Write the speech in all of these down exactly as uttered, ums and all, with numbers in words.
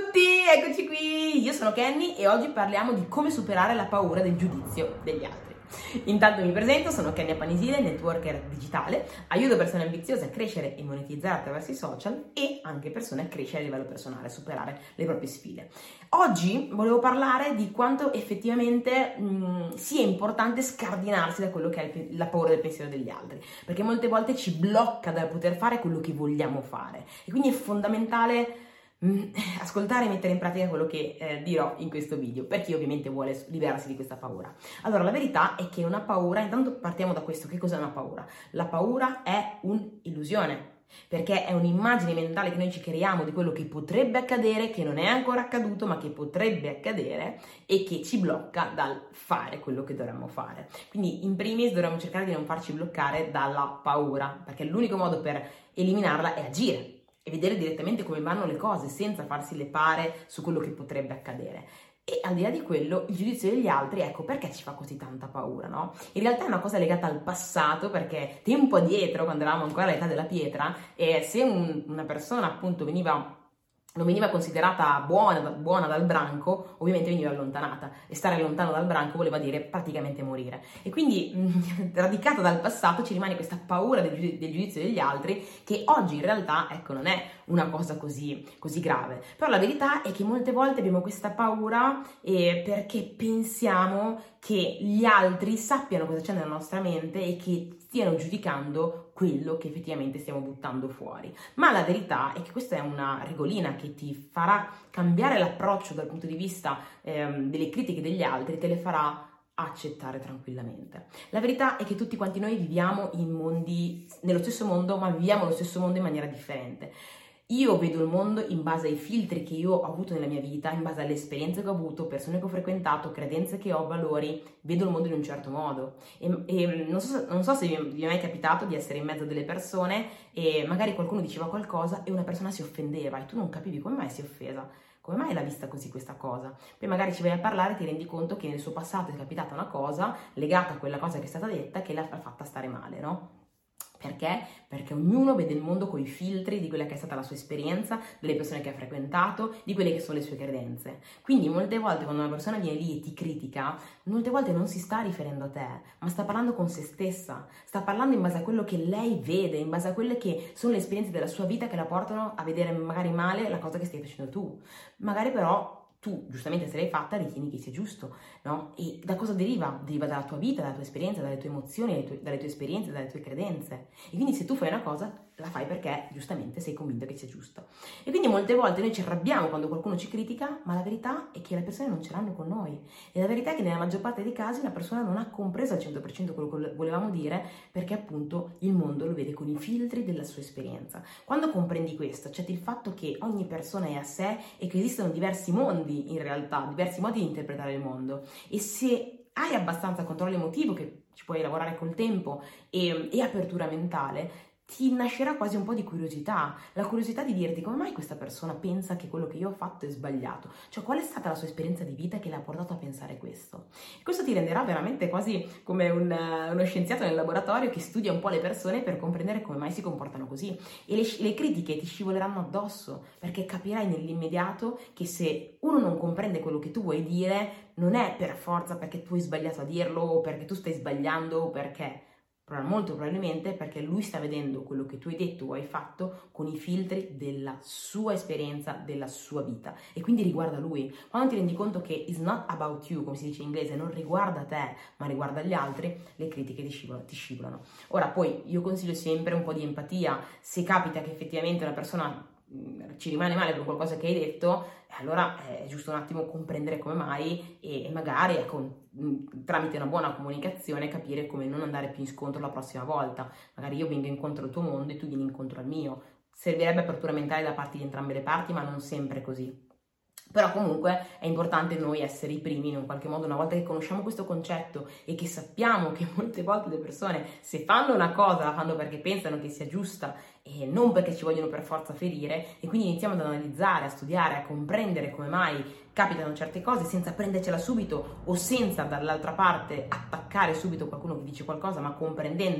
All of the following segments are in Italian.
tutti, eccoci qui, io sono Kenny e oggi parliamo di come superare la paura del giudizio degli altri. Intanto mi presento, sono Kenny Appanisile, networker digitale, aiuto persone ambiziose a crescere e monetizzare attraverso i social e anche persone a crescere a livello personale, a superare le proprie sfide. Oggi volevo parlare di quanto effettivamente mh, sia importante scardinarsi da quello che è il, la paura del pensiero degli altri, perché molte volte ci blocca dal poter fare quello che vogliamo fare e quindi è fondamentale ascoltare e mettere in pratica quello che eh, dirò in questo video, per chi ovviamente vuole liberarsi di questa paura. Allora, la verità è che una paura, intanto partiamo da questo, che cos'è una paura? La paura è un'illusione, perché è un'immagine mentale che noi ci creiamo di quello che potrebbe accadere, che non è ancora accaduto, ma che potrebbe accadere e che ci blocca dal fare quello che dovremmo fare. Quindi, in primis, dovremmo cercare di non farci bloccare dalla paura, perché l'unico modo per eliminarla è agire e vedere direttamente come vanno le cose senza farsi le pare su quello che potrebbe accadere. E al di là di quello, il giudizio degli altri, ecco perché ci fa così tanta paura, no? In realtà è una cosa legata al passato, perché tempo addietro, quando eravamo ancora all'età della pietra, eh, se un, una persona appunto veniva non veniva considerata buona, buona dal branco, ovviamente veniva allontanata, e stare lontano dal branco voleva dire praticamente morire. E quindi, mh, radicata dal passato, ci rimane questa paura del, giud- del giudizio degli altri, che oggi in realtà, ecco, non è una cosa così, così grave. Però la verità è che molte volte abbiamo questa paura eh, perché pensiamo che gli altri sappiano cosa c'è nella nostra mente e che stiano giudicando quello che effettivamente stiamo buttando fuori. Ma la verità è che questa è una regolina che ti farà cambiare l'approccio dal punto di vista ehm, delle critiche degli altri, te le farà accettare tranquillamente. La verità è che tutti quanti noi viviamo in mondi, nello stesso mondo, ma viviamo lo stesso mondo in maniera differente. Io vedo il mondo in base ai filtri che io ho avuto nella mia vita, in base alle esperienze che ho avuto, persone che ho frequentato, credenze che ho, valori, vedo il mondo in un certo modo. E, e non, so, non so se vi, vi è mai capitato di essere in mezzo a delle persone e magari qualcuno diceva qualcosa e una persona si offendeva e tu non capivi come mai si è offesa. Come mai l'ha vista così questa cosa? Poi magari ci vai a parlare e ti rendi conto che nel suo passato è capitata una cosa legata a quella cosa che è stata detta che l'ha fatta stare male, no? Perché? Perché ognuno vede il mondo con i filtri di quella che è stata la sua esperienza, delle persone che ha frequentato, di quelle che sono le sue credenze. Quindi molte volte quando una persona viene lì e ti critica, molte volte non si sta riferendo a te, ma sta parlando con se stessa, sta parlando in base a quello che lei vede, in base a quelle che sono le esperienze della sua vita che la portano a vedere magari male la cosa che stai facendo tu. Magari però tu, giustamente se l'hai fatta, ritieni che sia giusto, no? E da cosa deriva? Deriva dalla tua vita, dalla tua esperienza, dalle tue emozioni, dalle tue, dalle tue esperienze, dalle tue credenze. E quindi se tu fai una cosa, la fai perché giustamente sei convinta che sia giusta. E quindi molte volte noi ci arrabbiamo quando qualcuno ci critica, ma la verità è che le persone non ce l'hanno con noi. E la verità è che nella maggior parte dei casi la persona non ha compreso al cento per cento quello che volevamo dire, perché appunto il mondo lo vede con i filtri della sua esperienza. Quando comprendi questo, accetti il fatto che ogni persona è a sé e che esistono diversi mondi in realtà, diversi modi di interpretare il mondo. E se hai abbastanza controllo emotivo, che ci puoi lavorare col tempo, e, e apertura mentale, ti nascerà quasi un po' di curiosità, la curiosità di dirti come mai questa persona pensa che quello che io ho fatto è sbagliato, cioè qual è stata la sua esperienza di vita che l'ha portato a pensare questo. E questo ti renderà veramente quasi come un, uno scienziato nel laboratorio che studia un po' le persone per comprendere come mai si comportano così, e le, le critiche ti scivoleranno addosso, perché capirai nell'immediato che se uno non comprende quello che tu vuoi dire, non è per forza perché tu hai sbagliato a dirlo o perché tu stai sbagliando o perché... molto probabilmente perché lui sta vedendo quello che tu hai detto o hai fatto con i filtri della sua esperienza, della sua vita, e quindi riguarda lui. Quando ti rendi conto che it's not about you, come si dice in inglese, non riguarda te ma riguarda gli altri, le critiche ti scivolano, ti scivolano. Ora poi io consiglio sempre un po' di empatia. Se capita che effettivamente una persona ci rimane male per qualcosa che hai detto, allora è giusto un attimo comprendere come mai e magari ecco, tramite una buona comunicazione capire come non andare più in scontro la prossima volta. Magari io vengo incontro al tuo mondo e tu vieni incontro al mio. Servirebbe apertura mentale da parte di entrambe le parti, ma non sempre così. Però comunque è importante noi essere i primi in un qualche modo, una volta che conosciamo questo concetto e che sappiamo che molte volte le persone, se fanno una cosa, la fanno perché pensano che sia giusta e non perché ci vogliono per forza ferire, e quindi iniziamo ad analizzare, a studiare, a comprendere come mai capitano certe cose senza prendercela subito o senza dall'altra parte attaccare subito qualcuno che dice qualcosa, ma comprendendo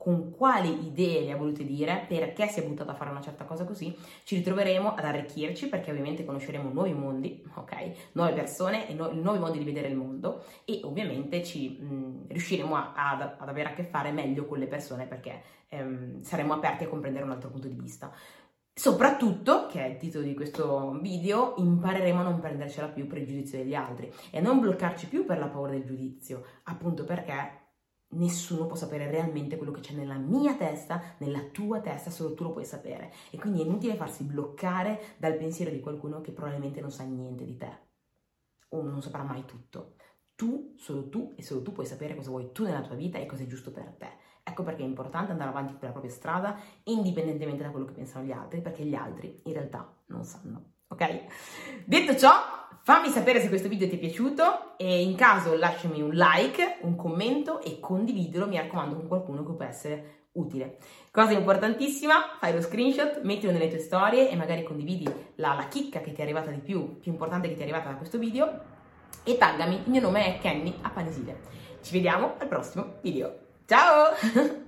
con quali idee le ha volute dire, perché si è buttata a fare una certa cosa così, ci ritroveremo ad arricchirci perché ovviamente conosceremo nuovi mondi, ok? Nuove persone e no- nuovi modi di vedere il mondo e ovviamente ci mh, riusciremo a, ad, ad avere a che fare meglio con le persone perché ehm, saremo aperti a comprendere un altro punto di vista. Soprattutto, che è il titolo di questo video, impareremo a non prendercela più per il giudizio degli altri e a non bloccarci più per la paura del giudizio, appunto perché nessuno può sapere realmente quello che c'è nella mia testa, nella tua testa, solo tu lo puoi sapere. E quindi è inutile farsi bloccare dal pensiero di qualcuno che probabilmente non sa niente di te o non saprà mai tutto. Tu, solo tu e solo tu puoi sapere cosa vuoi tu nella tua vita e cosa è giusto per te. Ecco perché è importante andare avanti per la propria strada, indipendentemente da quello che pensano gli altri, perché gli altri in realtà non sanno, ok? Detto ciò, fammi sapere se questo video ti è piaciuto e in caso lasciami un like, un commento e condividilo, mi raccomando, con qualcuno che può essere utile. Cosa importantissima, fai lo screenshot, mettilo nelle tue storie e magari condividi la, la chicca che ti è arrivata di più, più importante che ti è arrivata da questo video e taggami, il mio nome è Kenny Apanisile. Ci vediamo al prossimo video. Ciao!